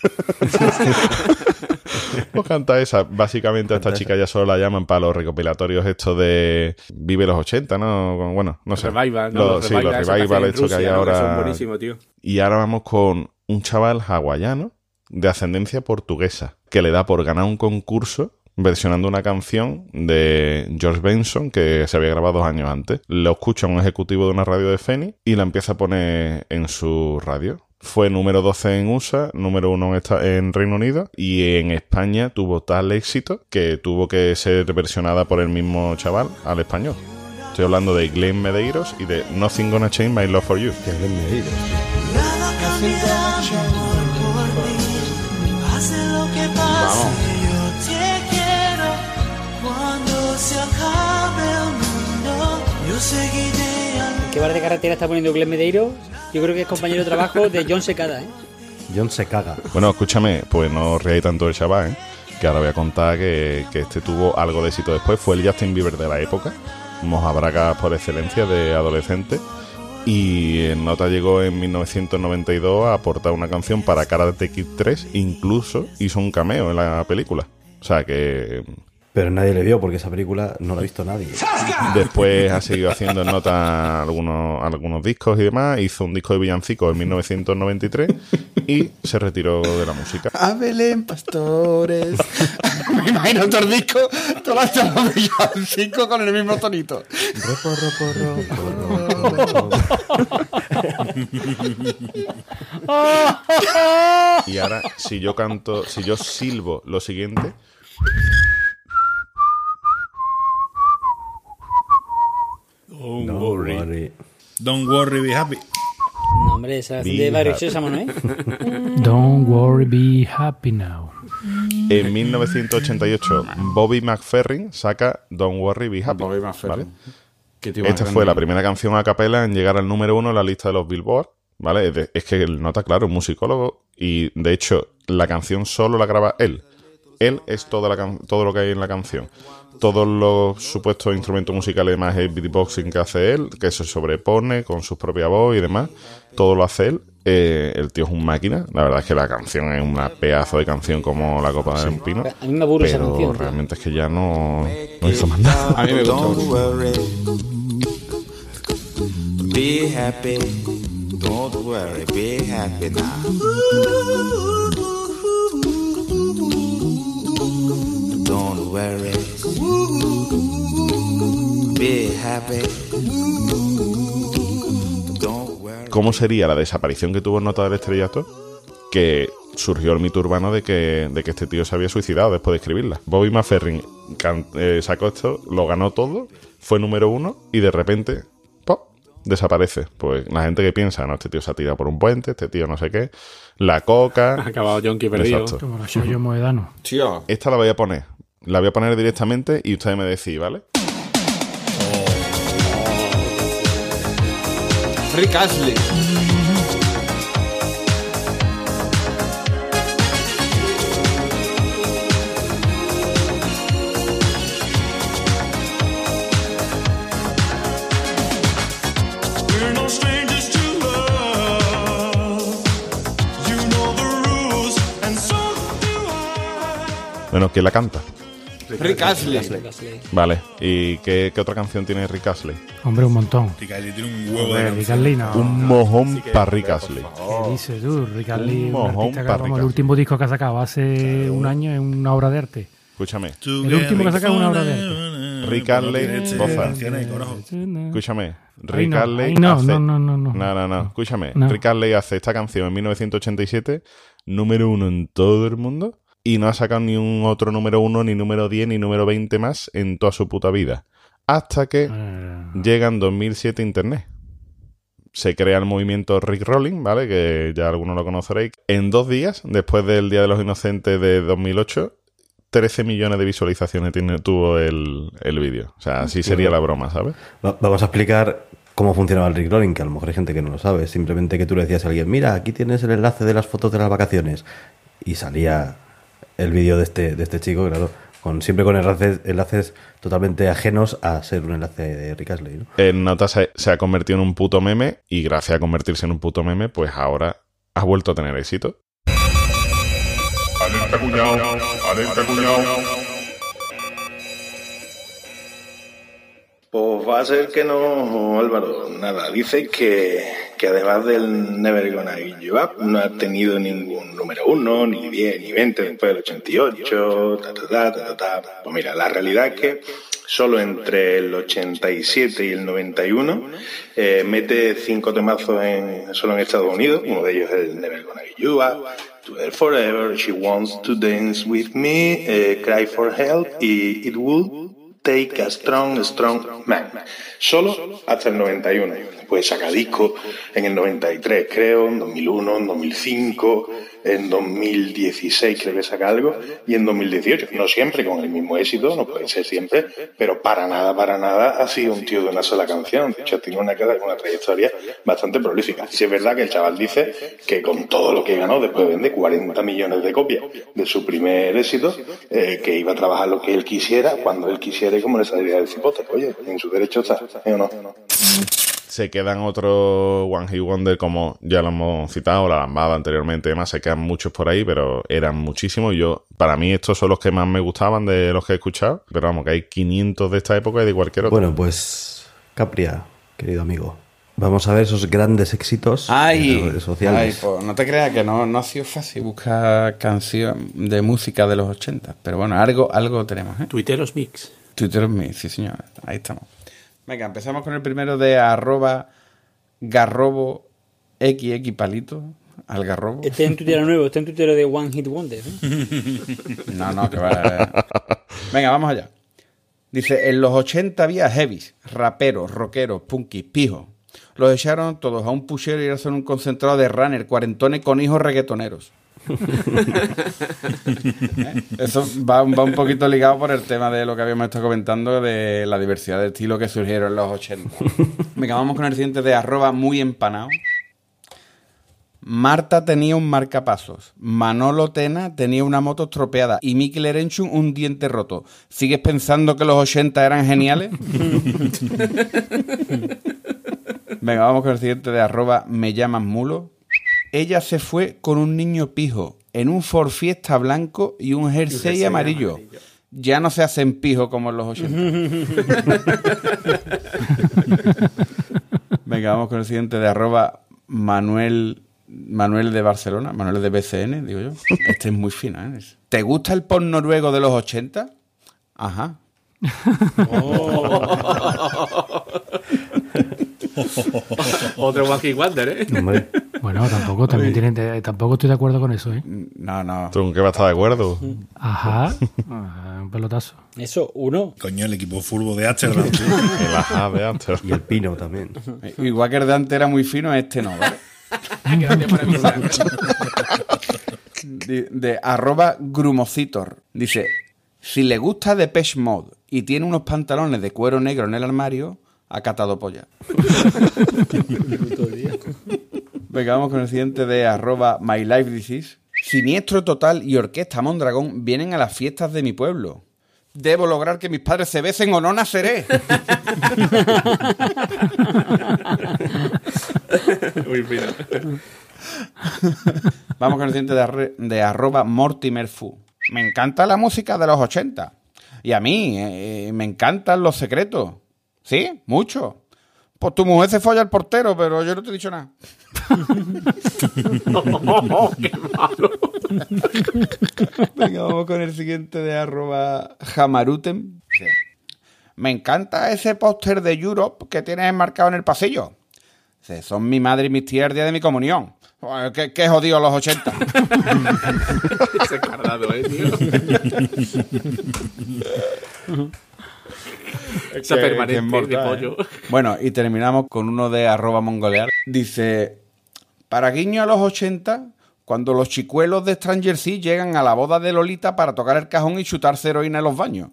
Pues canta esa. Básicamente a esta chica ya solo la llaman para los recopilatorios estos de Vive los 80, ¿no? Bueno, no sé. Revival, ¿no? Sí, los revival estos que hay ahora. Son buenísimos, tío. Y ahora vamos con un chaval hawaiano de ascendencia portuguesa que le da por ganar un concurso versionando una canción de George Benson que se había grabado 2 años antes. Lo escucha un ejecutivo de una radio de Phoenix y la empieza a poner en su radio. Fue número 12 en USA, número 1 en Reino Unido y en España tuvo tal éxito que tuvo que ser versionada por el mismo chaval al español. Estoy hablando de Glenn Medeiros y de Nothing Gonna Change My Love For You. Que Glenn Medeiros, tío. Nada cambiará por ti. Pase lo que pase, yo te quiero. Cuando se acabe el mundo, yo seguiré al... ¿Qué bar de carretera está poniendo Glenn Medeiros? Yo creo que es compañero de trabajo de John Secada, ¿eh? John se caga. Bueno, escúchame, pues no os reáis tanto del chaval, ¿eh? Que ahora voy a contar que este tuvo algo de éxito después. Fue el Justin Bieber de la época, mojabracas por excelencia de adolescente. Y en nota llegó en 1992 a aportar una canción para Karate Kid 3. Incluso hizo un cameo en la película. O sea que... Pero nadie le vio porque esa película no la ha visto nadie. Después ha seguido haciendo en nota algunos discos y demás. Hizo un disco de villancicos en 1993 y se retiró de la música. A Belén, pastores. Me imagino otro disco, todos los villancicos con el mismo tonito. Y ahora, si yo silbo lo siguiente... Don't worry, be happy. No, hombre, esa es de Barrio Sésamo, ¿no es? Don't worry, be happy now. En 1988, Bobby McFerrin saca Don't Worry, Be Happy. Bobby McFerrin. ¿Vale? Esta fue la primera canción a capela en llegar al número 1 en la lista de los Billboard. ¿Vale? Es que él nota, claro, un musicólogo. Y de hecho, la canción solo la graba él. Él es todo lo que hay en la canción. Todos los supuestos instrumentos musicales, más el beatboxing que hace él, que se sobrepone con su propia voz y demás, todo lo hace él. El tío es un máquina. La verdad es que la canción es una pedazo de canción como La Copa del Pino. A mí me aburre esa canción. Pero realmente es que ya no hizo más nada. A mí me Don't gusta. worry, be happy. Don't worry, be happy now. Don't worry, be happy. Don't worry. ¿Cómo sería la desaparición que tuvo en Nota del Estrellato? Que surgió el mito urbano de que este tío se había suicidado después de escribirla. Bobby McFerrin sacó esto, lo ganó todo, fue número 1 y de repente ¡pop!, desaparece. Pues la gente que piensa, no, este tío se ha tirado por un puente, este tío no sé qué, la coca... Ha acabado Yonki perdido. Exacto. Como los Shoyo Moedano. Tío. Esta la voy a poner. La voy a poner directamente y ustedes me decís, ¿vale? Rick Astley. We're no strangers to love. You know the rules, and so do I. Bueno, ¿quién la canta? Rick Astley. Vale. ¿Y qué otra canción tiene Rick Astley? Hombre, un montón. Rick Astley tiene un huevo de Hombre, canción. Rick Astley no. Un mojón para Rick Astley. ¿Qué dices tú? Rick Astley, Un un mojón artista que pa' como Rick el Astley. último disco que ha sacado hace un año es una obra de arte. Escúchame. El último que ha sacado es una obra de arte. Rick Astley, boza. Canciones y coros. Escúchame. Ahí Rick no, Astley ahí no, hace... no. Escúchame. No. Rick Astley hace esta canción en 1987, número 1 en todo el mundo, y no ha sacado ni un otro número 1, ni número 10, ni número 20 más en toda su puta vida. Hasta que llega en 2007 Internet. Se crea el movimiento Rick Rolling, ¿vale? Que ya algunos lo conoceréis. En 2 días, después del Día de los Inocentes de 2008... 13 millones de visualizaciones tuvo el vídeo. O sea, así sería la broma, ¿sabes? Vamos a explicar cómo funcionaba el Rick Rolling, que a lo mejor hay gente que no lo sabe. Simplemente que tú le decías a alguien, mira, aquí tienes el enlace de las fotos de las vacaciones. Y salía el vídeo de este chico, claro, siempre con enlaces totalmente ajenos a ser un enlace de Rick Astley, ¿no? En Nota se ha convertido en un puto meme y gracias a convertirse en un puto meme, pues ahora ha vuelto a tener éxito. Alerta cuñao, alerta cuñao. Pues va a ser que no, Álvaro. Nada, dice que además del Never Gonna Give You Up no ha tenido ningún número 1, ni 10, ni 20 después del 88, Pues mira, la realidad es que solo entre el 87 y el 91 mete 5 temazos solo en Estados Unidos. Uno de ellos es el Never Gonna Give You Up, Together Forever, She Wants to Dance With Me, Cry for Help y It Would Take a Strong Man. Solo hasta el 91. Pues saca disco en el 93, creo, en 2001, en 2005, en 2016 creo que saca algo, y en 2018. No siempre con el mismo éxito, no puede ser siempre, pero para nada ha sido un tío de una sola canción. De hecho, tiene una trayectoria bastante prolífica. Si es verdad que el chaval dice que con todo lo que ganó, después vende 40 millones de copias de su primer éxito, que iba a trabajar lo que él quisiera, cuando él quisiera y como le saldría del cipote. Oye, en su derecho está, ¿o no? Se quedan otros One Hit Wonder, como ya lo hemos citado, La Lambada anteriormente, además se quedan muchos por ahí, pero eran muchísimos. Para mí estos son los que más me gustaban de los que he escuchado, pero vamos, que hay 500 de esta época y de cualquier otro. Bueno, pues Capria, querido amigo, vamos a ver esos grandes éxitos en las redes sociales. Pues no te creas que no ha sido fácil buscar canción de música de los 80, pero bueno, algo tenemos, ¿eh? Tuiteros Mix, sí señor, ahí estamos. Venga, empezamos con el primero de @garrobo xxpalito, al garrobo. Este es un tuitero nuevo, este es un tuitero de One Hit Wonder, ¿eh? No, que va. Venga, vamos allá. Dice, en los 80 había heavies, raperos, rockeros, punkis, pijos. Los echaron todos a un puchero y hacen un concentrado de runner, cuarentones con hijos reggaetoneros. Eso va un poquito ligado por el tema de lo que habíamos estado comentando de la diversidad de estilos que surgieron en los 80. Venga, vamos con el siguiente de @muyempanado. Marta tenía un marcapasos, Manolo Tena tenía una moto estropeada y Mikel Erenchun un diente roto. ¿Sigues pensando que los 80 eran geniales? Venga, vamos con el siguiente de @mellamanmulo. Ella se fue con un niño pijo en un Ford Fiesta blanco y un jersey amarillo. Ya no se hacen pijo como en los 80. Venga, vamos con el siguiente de @Manuel de Barcelona, Manuel de BCN, digo yo. Este es muy fino, ¿eh? ¿Te gusta el pop noruego de los 80? Ajá. Otro One Hit Wonder, ¿eh? Hombre. Bueno, tampoco estoy de acuerdo con eso, ¿eh? No. ¿Tú con qué vas a estar de acuerdo? Ajá. Un pelotazo. Eso, uno. Coño, el equipo fútbol de Amsterdam. El ajá de antes. Y el pino también. Igual que el de antes era muy fino, este no, ¿vale? de @grumocitor. Dice, si le gusta Depeche Mode y tiene unos pantalones de cuero negro en el armario, ha catado polla. Venga, vamos con el siguiente de @mylifedisease. Siniestro Total y Orquesta Mondragón vienen a las fiestas de mi pueblo. Debo lograr que mis padres se besen o no naceré. Muy fino. Vamos con el siguiente de @mortimerfu. Me encanta la música de los 80. Y a mí me encantan Los Secretos. ¿Sí? Mucho. Pues tu mujer se folla al portero, pero yo no te he dicho nada. ¡Qué malo! Venga, vamos con el siguiente de @Jamarutem. Sí. Me encanta ese póster de Europe que tienes enmarcado en el pasillo. Sí, son mi madre y mis tías el día de mi comunión. Qué jodido los 80. Ese cardado, tío. Esa permanente de pollo. Bueno, y terminamos con uno de @mongolear. Dice, para guiño a los 80, cuando los chicuelos de Stranger Things llegan a la boda de Lolita para tocar el cajón y chutarse heroína en los baños.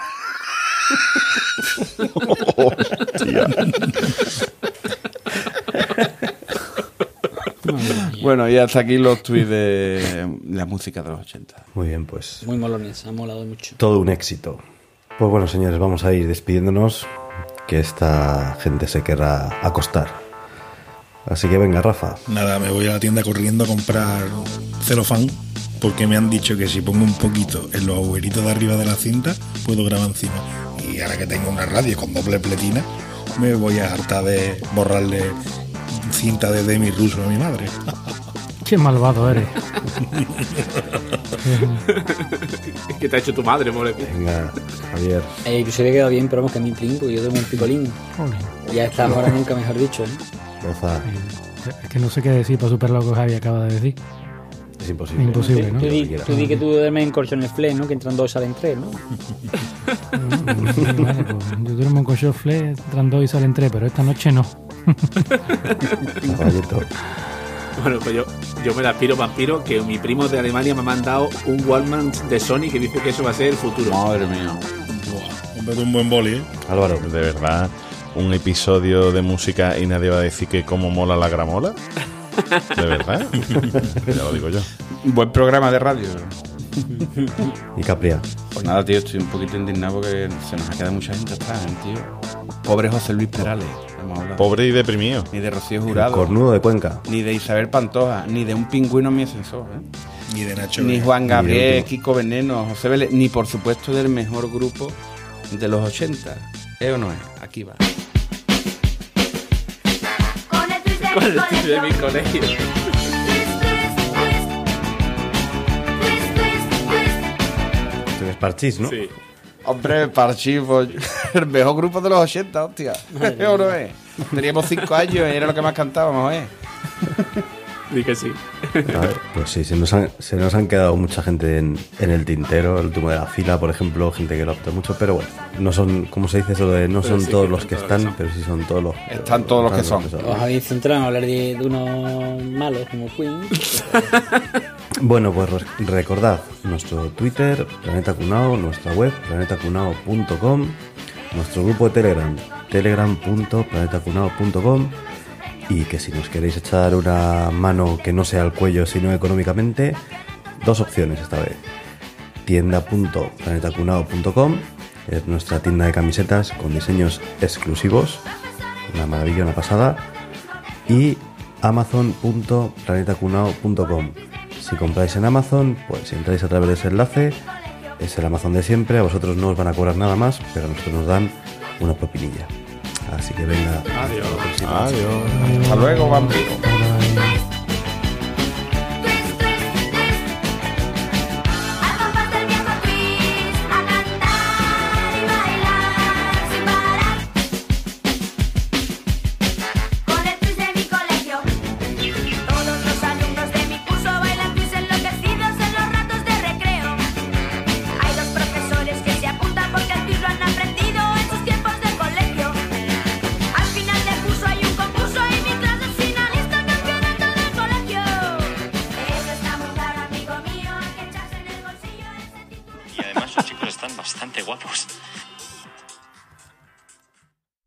Bueno, y hasta aquí los tweets de la música de los 80. Muy bien, pues. Muy molones, ha molado mucho. Todo un éxito. Pues bueno, señores, vamos a ir despidiéndonos, que esta gente se querrá acostar. Así que venga, Rafa. Nada, me voy a la tienda corriendo a comprar celofán, porque me han dicho que si pongo un poquito en los agujeritos de arriba de la cinta, puedo grabar encima. Y ahora que tengo una radio con doble pletina, me voy a hartar de borrarle cinta de Demi ruso a mi madre. Qué malvado eres. ¿Qué te ha hecho tu madre, pobre? Venga, Javier. Yo se había quedado bien, pero vamos, que a mí plingo, yo tengo un picolín. Ya está, ahora nunca mejor dicho, ¿eh? Rafa. Es que no sé qué decir para superar lo que Javi acaba de decir. Es imposible. Imposible, ¿no? Tú di que tú duermes en colchones flex, ¿no? Que entran 2 y salen 3, ¿no? Vale, pues yo duermo en colchón flex, entran 2 y salen 3, pero esta noche no. Bueno, pues yo me la aspiro vampiro, que mi primo de Alemania me ha mandado un Walkman de Sony que dice que eso va a ser el futuro. Madre mía. Hombre, un buen boli, ¿eh? Álvaro, ¿de verdad un episodio de música y nadie va a decir que cómo mola la gramola? ¿De verdad? Ya lo digo yo. Un buen programa de radio. Y Capria. Pues nada, tío, estoy un poquito indignado porque se nos ha quedado mucha gente atrás, tío. Pobre José Luis Perales. Pobre y deprimido. Ni de Rocío Jurado. El cornudo de Cuenca. Ni de Isabel Pantoja. Ni de un pingüino en mi ascensor. Ni de Nacho. Ni Juan Gabriel, Kiko Veneno, José Vélez. Ni por supuesto del mejor grupo de los 80. ¿Es o no es? Aquí va. Con el twist de mi colegio. Esto es Parchís, ¿no? Sí. Hombre, Parchivo, el mejor grupo de los 80, hostia. ¿Es o no es? Teníamos 5 años y era lo que más cantábamos, ¿eh? Di que sí. A ver, pues sí, se nos han quedado mucha gente en el tintero, el último de la fila, por ejemplo, gente que lo opta mucho, pero bueno, no son, como se dice eso de no Pero son sí todos que los que están, pero sí son todos los Están todos los que son. Os habéis centrado en hablar de unos malos como Queen. Bueno, pues recordad nuestro Twitter, Planeta Cunao, nuestra web, planetacunao.com, nuestro grupo de Telegram, telegram.planetacunao.com, y que si nos queréis echar una mano que no sea al cuello sino económicamente, 2 opciones esta vez. Tienda.planetacunao.com, es nuestra tienda de camisetas con diseños exclusivos, una maravilla, una pasada, y amazon.planetacunao.com. Si compráis en Amazon, pues si entráis a través de ese enlace, es el Amazon de siempre, a vosotros no os van a cobrar nada más, pero a nosotros nos dan una propinilla. Así que venga. Adiós. Adiós. Hasta luego, vampiro. Y además los chicos están bastante guapos.